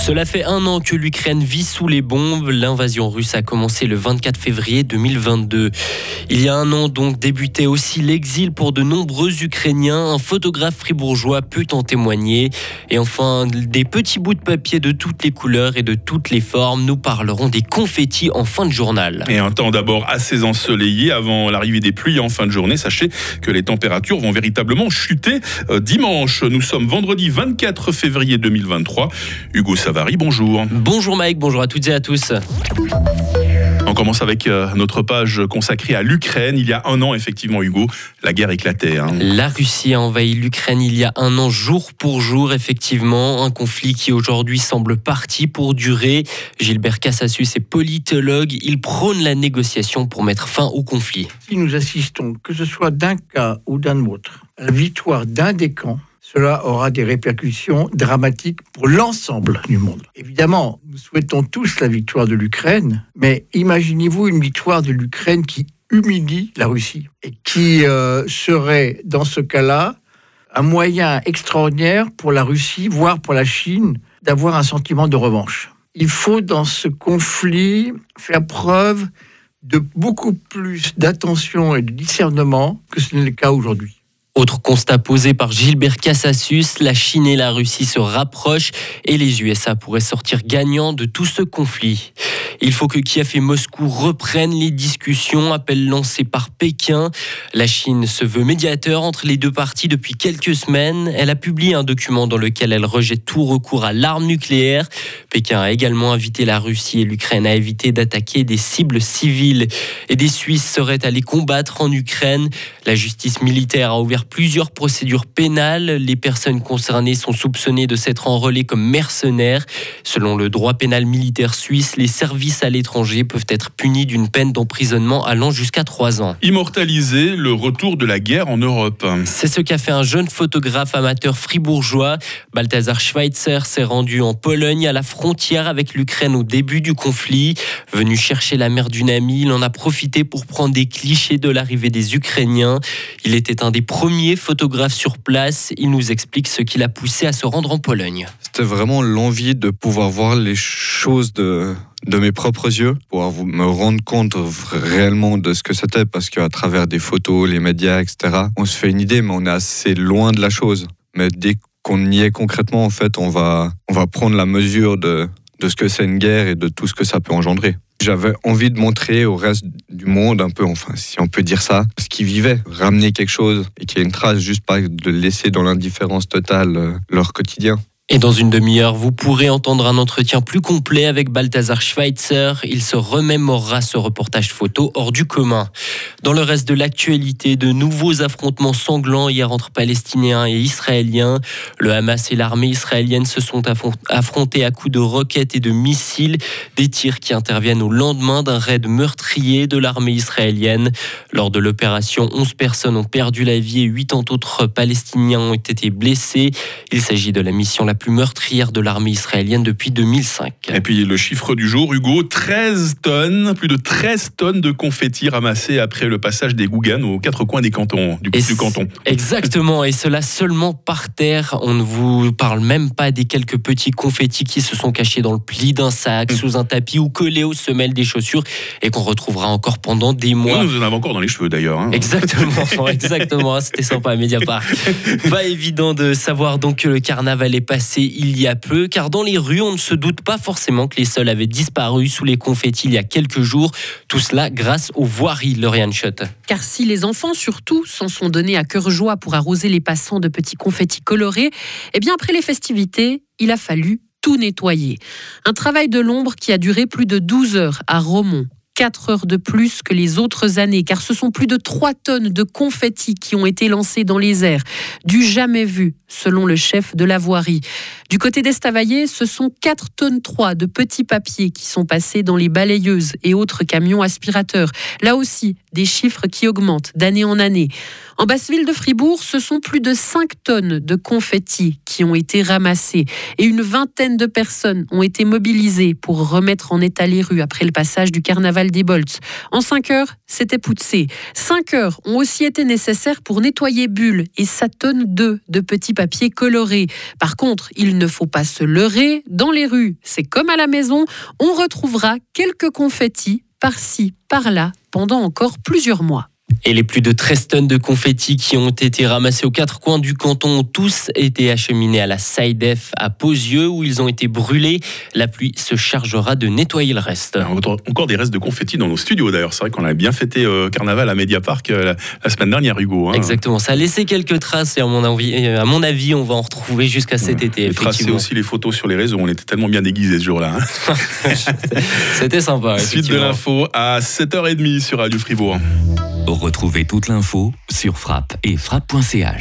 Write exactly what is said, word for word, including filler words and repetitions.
Cela fait un an que l'Ukraine vit sous les bombes. L'invasion russe a commencé le vingt-quatre février deux mille vingt-deux. Il y a un an donc débutait aussi l'exil pour de nombreux Ukrainiens. Un photographe fribourgeois peut en témoigner. Et enfin, des petits bouts de papier de toutes les couleurs et de toutes les formes. Nous parlerons des confettis en fin de journal. Et un temps d'abord assez ensoleillé avant l'arrivée des pluies en fin de journée. Sachez que les températures vont véritablement chuter dimanche. Nous sommes vendredi vingt-quatre février deux mille vingt-trois. Hugo Savary, bonjour. Bonjour Mike, bonjour à toutes et à tous. On commence avec notre page consacrée à l'Ukraine. Il y a un an, effectivement, Hugo, la guerre éclatait. Hein. La Russie a envahi l'Ukraine il y a un an, jour pour jour, effectivement. Un conflit qui aujourd'hui semble parti pour durer. Gilbert Cassasius est politologue. Il prône la négociation pour mettre fin au conflit. Si nous assistons, que ce soit d'un cas ou d'un autre, à la victoire d'un des camps, cela aura des répercussions dramatiques pour l'ensemble du monde. Évidemment, nous souhaitons tous la victoire de l'Ukraine, mais imaginez-vous une victoire de l'Ukraine qui humilie la Russie et qui euh, serait, dans ce cas-là, un moyen extraordinaire pour la Russie, voire pour la Chine, d'avoir un sentiment de revanche. Il faut, dans ce conflit, faire preuve de beaucoup plus d'attention et de discernement que ce n'est le cas aujourd'hui. Autre constat posé par Gilbert Cassasius, la Chine et la Russie se rapprochent et les U S A pourraient sortir gagnants de tout ce conflit. Il faut que Kiev et Moscou reprennent les discussions, appel lancé par Pékin. La Chine se veut médiateur entre les deux parties depuis quelques semaines. Elle a publié un document dans lequel elle rejette tout recours à l'arme nucléaire. Pékin a également invité la Russie et l'Ukraine à éviter d'attaquer des cibles civiles. Et des Suisses seraient allés combattre en Ukraine. La justice militaire a ouvert plusieurs procédures pénales. Les personnes concernées sont soupçonnées de s'être enrôlées comme mercenaires. Selon le droit pénal militaire suisse, les services à l'étranger peuvent être punis d'une peine d'emprisonnement allant jusqu'à trois ans. Immortaliser le retour de la guerre en Europe. C'est ce qu'a fait un jeune photographe amateur fribourgeois. Balthazar Schweitzer s'est rendu en Pologne à la frontière avec l'Ukraine au début du conflit. Venu chercher la mère d'une amie, il en a profité pour prendre des clichés de l'arrivée des Ukrainiens. Il était un des premiers photographes sur place. Il nous explique ce qui l'a poussé à se rendre en Pologne. C'était vraiment l'envie de pouvoir voir les choses de... de mes propres yeux, pour me rendre compte réellement de ce que c'était, parce qu'à travers des photos, les médias, et cetera, on se fait une idée, mais on est assez loin de la chose. Mais dès qu'on y est concrètement, en fait, on va, on va prendre la mesure de, de ce que c'est une guerre et de tout ce que ça peut engendrer. J'avais envie de montrer au reste du monde, un peu, enfin, si on peut dire ça, ce qu'ils vivaient, ramener quelque chose et qu'il y ait une trace, juste pas de laisser dans l'indifférence totale euh, leur quotidien. Et dans une demi-heure, vous pourrez entendre un entretien plus complet avec Balthazar Schweitzer. Il se remémorera ce reportage photo hors du commun. Dans le reste de l'actualité, de nouveaux affrontements sanglants hier entre Palestiniens et Israéliens. Le Hamas et l'armée israélienne se sont affrontés à coups de roquettes et de missiles. Des tirs qui interviennent au lendemain d'un raid meurtrier de l'armée israélienne. Lors de l'opération, onze personnes ont perdu la vie et huit autres Palestiniens ont été blessés. Il s'agit de la mission la plus meurtrière de l'armée israélienne depuis deux mille cinq. Et puis le chiffre du jour, Hugo, treize tonnes, plus de treize tonnes de confettis ramassés après le passage des Gouganes aux quatre coins des cantons, du, du canton. Exactement, et cela seulement par terre. On ne vous parle même pas des quelques petits confettis qui se sont cachés dans le pli d'un sac, mmh. sous un tapis ou collés aux semelles des chaussures et qu'on retrouvera encore pendant des mois. Nous, nous en avons encore dans les cheveux d'ailleurs. Hein. Exactement, exactement, c'était sympa à Mediapart. Pas évident de savoir donc que le carnaval est passé il y a peu, car dans les rues, on ne se doute pas forcément que les sols avaient disparu sous les confettis il y a quelques jours. Tout cela grâce aux voiries, Lauriane Schott. Car si les enfants, surtout, s'en sont donnés à cœur joie pour arroser les passants de petits confettis colorés, eh bien après les festivités, il a fallu tout nettoyer. Un travail de l'ombre qui a duré plus de douze heures à Romont. quatre heures de plus que les autres années, car ce sont plus de trois tonnes de confettis qui ont été lancés dans les airs. Du jamais vu, selon le chef de la voirie. Du côté d'Estavayer, ce sont quatre tonnes trois de petits papiers qui sont passés dans les balayeuses et autres camions aspirateurs. Là aussi, des chiffres qui augmentent d'année en année. En Basse-Ville de Fribourg, ce sont plus de cinq tonnes de confettis qui ont été ramassés et une vingtaine de personnes ont été mobilisées pour remettre en état les rues après le passage du carnaval Waldebolz. En cinq heures, c'était poussé. cinq heures ont aussi été nécessaires pour nettoyer Bulle et sa tonne deux de petits papiers colorés. Par contre, il ne faut pas se leurrer. Dans les rues, c'est comme à la maison, on retrouvera quelques confettis par-ci, par-là, pendant encore plusieurs mois. Et les plus de treize tonnes de confettis qui ont été ramassés aux quatre coins du canton ont tous été acheminés à la SAIDEF à Pozieux où ils ont été brûlés. La pluie se chargera de nettoyer le reste. Alors, encore des restes de confettis dans nos studios d'ailleurs. C'est vrai qu'on avait bien fêté euh, Carnaval à Mediapark euh, la, la semaine dernière, Hugo. Hein. Exactement, ça a laissé quelques traces et à mon avis, à mon avis on va en retrouver jusqu'à cet ouais. été. Et tracer aussi les photos sur les réseaux. On était tellement bien déguisés ce jour-là. Hein. C'était sympa. Suite de l'info à sept heures trente sur Radio Fribourg. Retrouvez toute l'info sur frappe et frappe point c h.